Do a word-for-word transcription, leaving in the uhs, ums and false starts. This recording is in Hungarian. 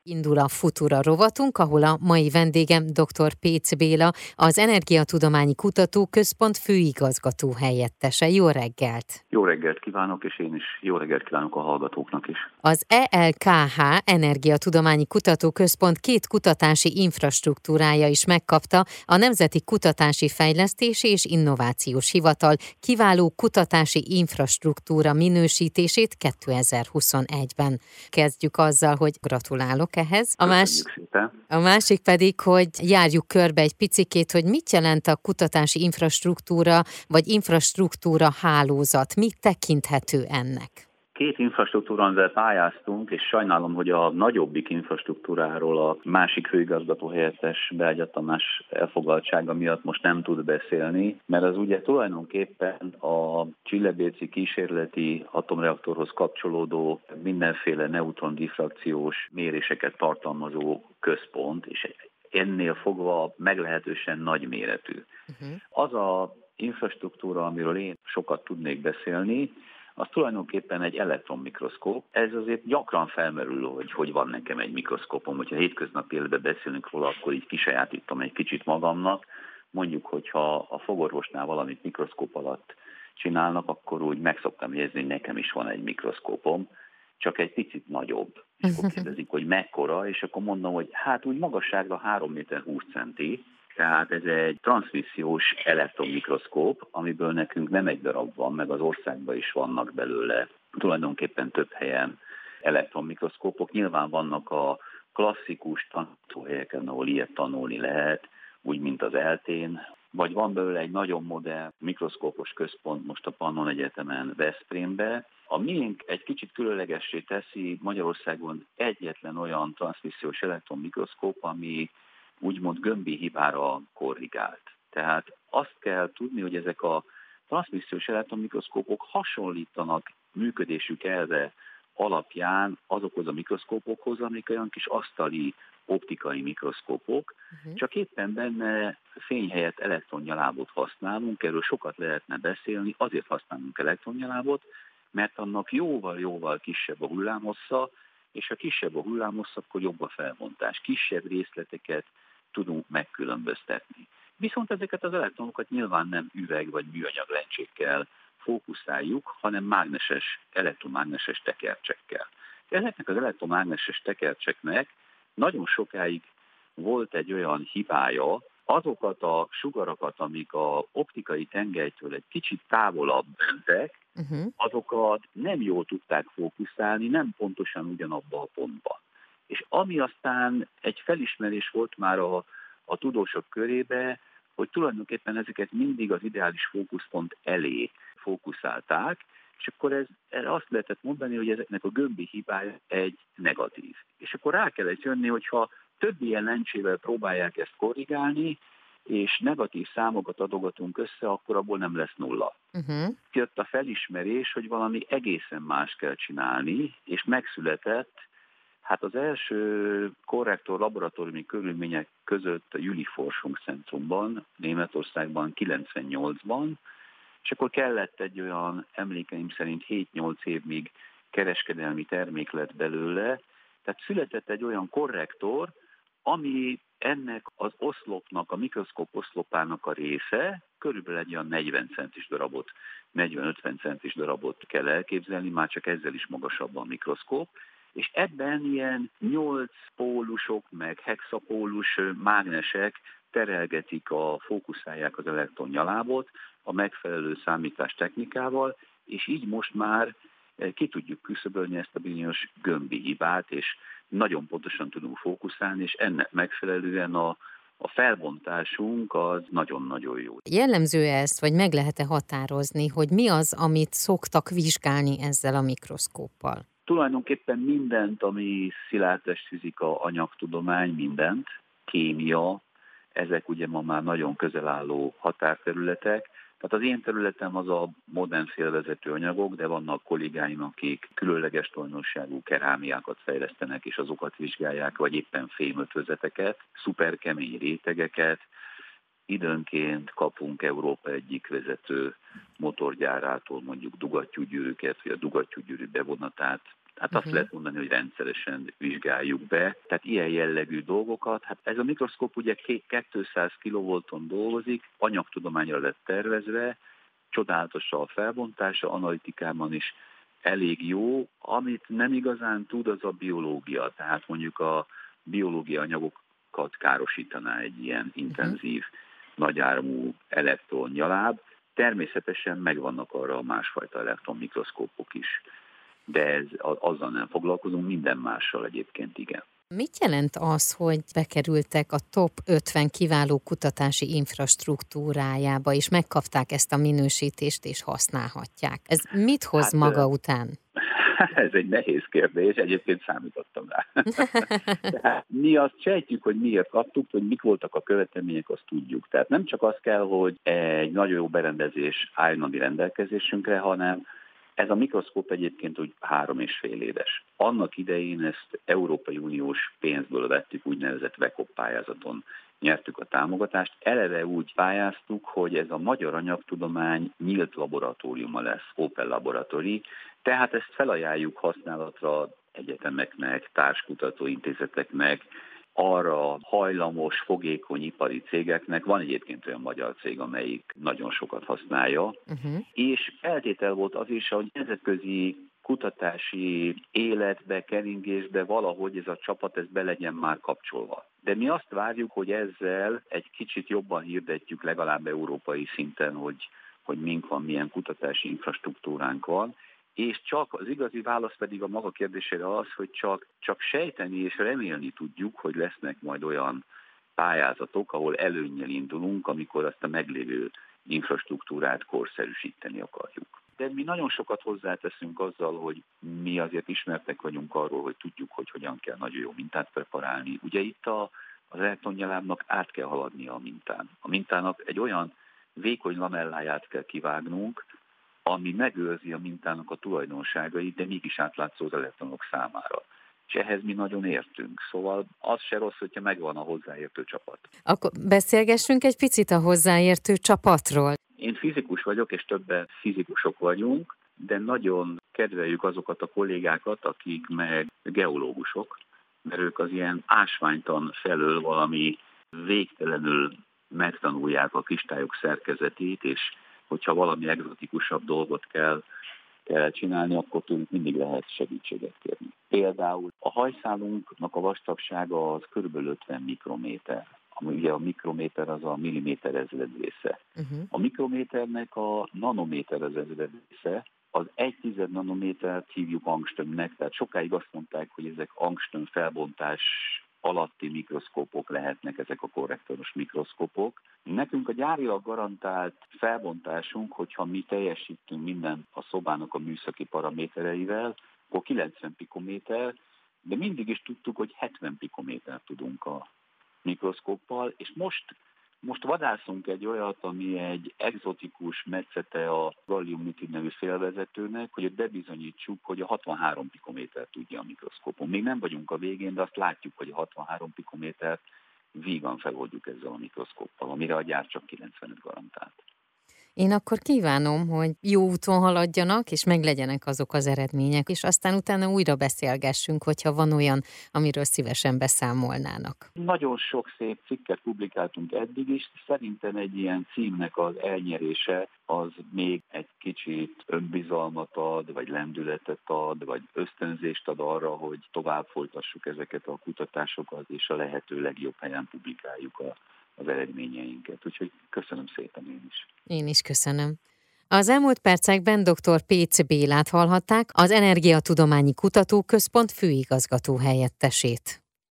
Indul a Futura rovatunk, ahol a mai vendégem dr. Pécz Béla, az Energiatudományi Kutatóközpont főigazgató helyettese. Jó reggelt! Jó reggelt kívánok, és én is jó reggelt kívánok a hallgatóknak is. Az E L K H Energiatudományi Kutatóközpont két kutatási infrastruktúrája is megkapta a Nemzeti Kutatási Fejlesztési és Innovációs Hivatal kiváló kutatási infrastruktúra minősítését kétezer-huszonegyben. Kezdjük azzal, hogy gratulálok ehhez. A, más, a másik pedig, hogy járjuk körbe egy picikét, hogy mit jelent a kutatási infrastruktúra, vagy infrastruktúra hálózat, mit tekinthető ennek? Két infrastruktúra, amivel pályáztunk, és sajnálom, hogy a nagyobbik infrastruktúráról a másik főigazgató helyettes Beágya Tamás elfoglaltsága miatt most nem tud beszélni, mert az ugye tulajdonképpen a csillagbécsi kísérleti atomreaktorhoz kapcsolódó mindenféle neutron-diffrakciós méréseket tartalmazó központ, és ennél fogva meglehetősen nagyméretű. Uh-huh. Az a infrastruktúra, amiről én sokat tudnék beszélni, az tulajdonképpen egy elektronmikroszkóp. Ez azért gyakran felmerül, hogy hogy van nekem egy mikroszkópom. Hogyha hétköznapi életben beszélünk róla, akkor így kisajátítom egy kicsit magamnak. Mondjuk, hogyha a fogorvosnál valamit mikroszkóp alatt csinálnak, akkor úgy meg szoktam jegyezni, hogy nekem is van egy mikroszkópom, csak egy picit nagyobb. És akkor kérdezik, hogy mekkora, és akkor mondom, hogy hát úgy magasságra három méter húsz centi, tehát ez egy transzmissziós elektronmikroszkóp, amiből nekünk nem egy darab van, meg az országban is vannak belőle tulajdonképpen több helyen elektronmikroszkópok. Nyilván vannak a klasszikus tanítóhelyeken, ahol ilyet tanulni lehet, úgy, mint az eltén, vagy van belőle egy nagyon modern mikroszkópos központ most a Pannon Egyetemen Veszprémbe. A miénk egy kicsit különlegessé teszi Magyarországon egyetlen olyan transzmissziós elektronmikroszkóp, ami úgymond gömbi hibára korrigált. Tehát azt kell tudni, hogy ezek a transzmissziós elektronmikroszkópok hasonlítanak működésük elve alapján azokhoz a mikroszkópokhoz, amik olyan kis asztali optikai mikroszkópok, uh-huh. csak éppen benne fény helyett elektronnyalábot használunk, erről sokat lehetne beszélni, azért használunk elektronyalábot, mert annak jóval-jóval kisebb a hullámhossza, és ha kisebb a hullámhossza, akkor jobb a felbontás. Kisebb részleteket tudunk megkülönböztetni. Viszont ezeket az elektronokat nyilván nem üveg vagy műanyag lencsékkel fókuszáljuk, hanem mágneses, elektromágneses tekercsekkel. Ezeknek az elektromágneses tekercseknek nagyon sokáig volt egy olyan hibája, azokat a sugarakat, amik a optikai tengelytől egy kicsit távolabb mentek, uh-huh. azokat nem jól tudták fókuszálni, nem pontosan ugyanabba a pontban. És ami aztán egy felismerés volt már a, a tudósok körébe, hogy tulajdonképpen ezeket mindig az ideális fókuszpont elé fókuszálták, és akkor ez, erre azt lehetett mondani, hogy ezeknek a gömbi hibája egy negatív. És akkor rá kellett jönni, hogyha több ilyen lencsével próbálják ezt korrigálni, és negatív számokat adogatunk össze, akkor abból nem lesz nulla. Uh-huh. Jött a felismerés, hogy valami egészen más kell csinálni, és megszületett. Hát az első korrektor laboratóriumi körülmények között a Jülich-Forschungszentrumban, Németországban kilencvennyolcban, és akkor kellett egy olyan, emlékeim szerint hét-nyolc év, míg kereskedelmi termék lett belőle. Tehát született egy olyan korrektor, ami ennek az oszlopnak, a mikroszkóp oszlopának a része, körülbelül egy olyan negyven centis darabot, negyven-ötven centis darabot kell elképzelni, már csak ezzel is magasabb a mikroszkóp, és ebben ilyen nyolc pólusok, meg hexapólus mágnesek terelgetik, a, fókuszálják az elektronjalábot a megfelelő számítástechnikával, és így most már ki tudjuk küszöbölni ezt a bizonyos gömbi hibát, és nagyon pontosan tudunk fókuszálni, és ennek megfelelően a, a felbontásunk az nagyon-nagyon jó. Jellemző ezt, vagy meg lehet-e határozni, hogy mi az, amit szoktak vizsgálni ezzel a mikroszkóppal? Tulajdonképpen mindent, ami szilárdtestfizika, anyagtudomány, mindent, kémia, ezek ugye ma már nagyon közel álló határterületek. Tehát az én területem az a modern félvezető anyagok, de vannak kollégáim, akik különleges tulajdonságú kerámiákat fejlesztenek, és azokat vizsgálják, vagy éppen fémötvözeteket, szuperkemény rétegeket. Időnként kapunk Európa egyik vezető motorgyárától mondjuk dugattyúgyűrűket, vagy a dugattyúgyűrű bevonatát Hát azt Uh-huh. lehet mondani, hogy rendszeresen vizsgáljuk be. Tehát ilyen jellegű dolgokat. Hát ez a mikroszkóp ugye kétszáz kilovolton dolgozik, anyagtudományra lett tervezve, csodálatos a felbontása, analitikában is elég jó. Amit nem igazán tud, az a biológia. Tehát mondjuk a biológia anyagokat károsítaná egy ilyen intenzív, uh-huh. nagyáramú elektronjaláb. Természetesen megvannak arra a másfajta elektronmikroszkópok is. De ez, azzal nem foglalkozunk, minden mással egyébként igen. Mit jelent az, hogy bekerültek a top ötven kiváló kutatási infrastruktúrájába, és megkapták ezt a minősítést, és használhatják? Ez mit hoz hát, maga után? Ez egy nehéz kérdés, egyébként számítottam rá. Tehát mi azt sejtjük, hogy miért kaptuk, hogy mik voltak a követelmények, azt tudjuk. Tehát nem csak az kell, hogy egy nagyon jó berendezés álljon a mi rendelkezésünkre, hanem ez a mikroszkóp egyébként úgy három és fél éves. Annak idején ezt Európai Uniós pénzből vettük, úgynevezett VECOP pályázaton nyertük a támogatást. Eleve úgy pályáztuk, hogy ez a Magyar Anyagtudomány nyílt laboratóriuma lesz, Open Laboratory, tehát ezt felajánljuk használatra egyetemeknek, társkutatóintézeteknek, arra hajlamos, fogékony ipari cégeknek, van egyébként olyan magyar cég, amelyik nagyon sokat használja, uh-huh. és feltétel volt az is, hogy nemzetközi kutatási életbe, keringésbe valahogy ez a csapat ez be legyen már kapcsolva. De mi azt várjuk, hogy ezzel egy kicsit jobban hirdetjük legalább európai szinten, hogy, hogy mink van, milyen kutatási infrastruktúránk van, és csak az igazi válasz pedig a maga kérdésére az, hogy csak, csak sejteni és remélni tudjuk, hogy lesznek majd olyan pályázatok, ahol előnnyel indulunk, amikor azt a meglévő infrastruktúrát korszerűsíteni akarjuk. De mi nagyon sokat hozzáteszünk azzal, hogy mi azért ismertek vagyunk arról, hogy tudjuk, hogy hogyan kell nagyon jó mintát preparálni. Ugye itt a, az elektronjalábnak át kell haladnia a mintán. A mintának egy olyan vékony lamelláját kell kivágnunk, ami megőrzi a mintának a tulajdonságait, de mégis átlátszó az elektronok számára. És ehhez mi nagyon értünk. Szóval az se rossz, hogyha megvan a hozzáértő csapat. Akkor beszélgessünk egy picit a hozzáértő csapatról. Én fizikus vagyok, és többen fizikusok vagyunk, de nagyon kedveljük azokat a kollégákat, akik meg geológusok, mert ők az ilyen ásványtan felől valami végtelenül megtanulják a kristályok szerkezetét, és hogyha valami egzotikusabb dolgot kell, kell csinálni, akkor tőlük mindig lehet segítséget kérni. Például a hajszálunknak a vastagsága az kb. ötven mikrométer. Ugye a mikrométer az a milliméter ezredrésze. Uh-huh. A mikrométernek a nanométer az ezredrésze, az egy tized nanométert hívjuk angstönnek, tehát sokáig azt mondták, hogy ezek angstön felbontás alatti mikroszkópok lehetnek, ezek a korrektoros mikroszkópok. Nekünk a gyárilag garantált felbontásunk, hogyha mi teljesítünk minden a szobának a műszaki paramétereivel, akkor kilencven pikométer, de mindig is tudtuk, hogy hetven pikométer tudunk a mikroszkóppal, és most, most vadászunk egy olyat, ami egy egzotikus metszete a gallium-nitid nevű félvezetőnek, hogy bebizonyítsuk, hogy a hatvanhárom pikométer tudja a mikroszkópon. Még nem vagyunk a végén, de azt látjuk, hogy a hatvanhárom pikométert vígan feloldjuk ezzel a mikroszkóppal, amire a gyár csak kilencvenet garantált. Én akkor kívánom, hogy jó úton haladjanak, és meglegyenek azok az eredmények, és aztán utána újra beszélgessünk, hogyha van olyan, amiről szívesen beszámolnának. Nagyon sok szép cikket publikáltunk eddig is, szerintem egy ilyen címnek az elnyerése az még egy kicsit önbizalmat ad, vagy lendületet ad, vagy ösztönzést ad arra, hogy tovább folytassuk ezeket a kutatásokat, és a lehető legjobb helyen publikáljuk a az eredményeinket. Úgyhogy köszönöm szépen én is. Én is köszönöm. Az elmúlt percekben dr. Pécz Bélát hallhatták, az Energiatudományi Kutatóközpont főigazgató helyettesét.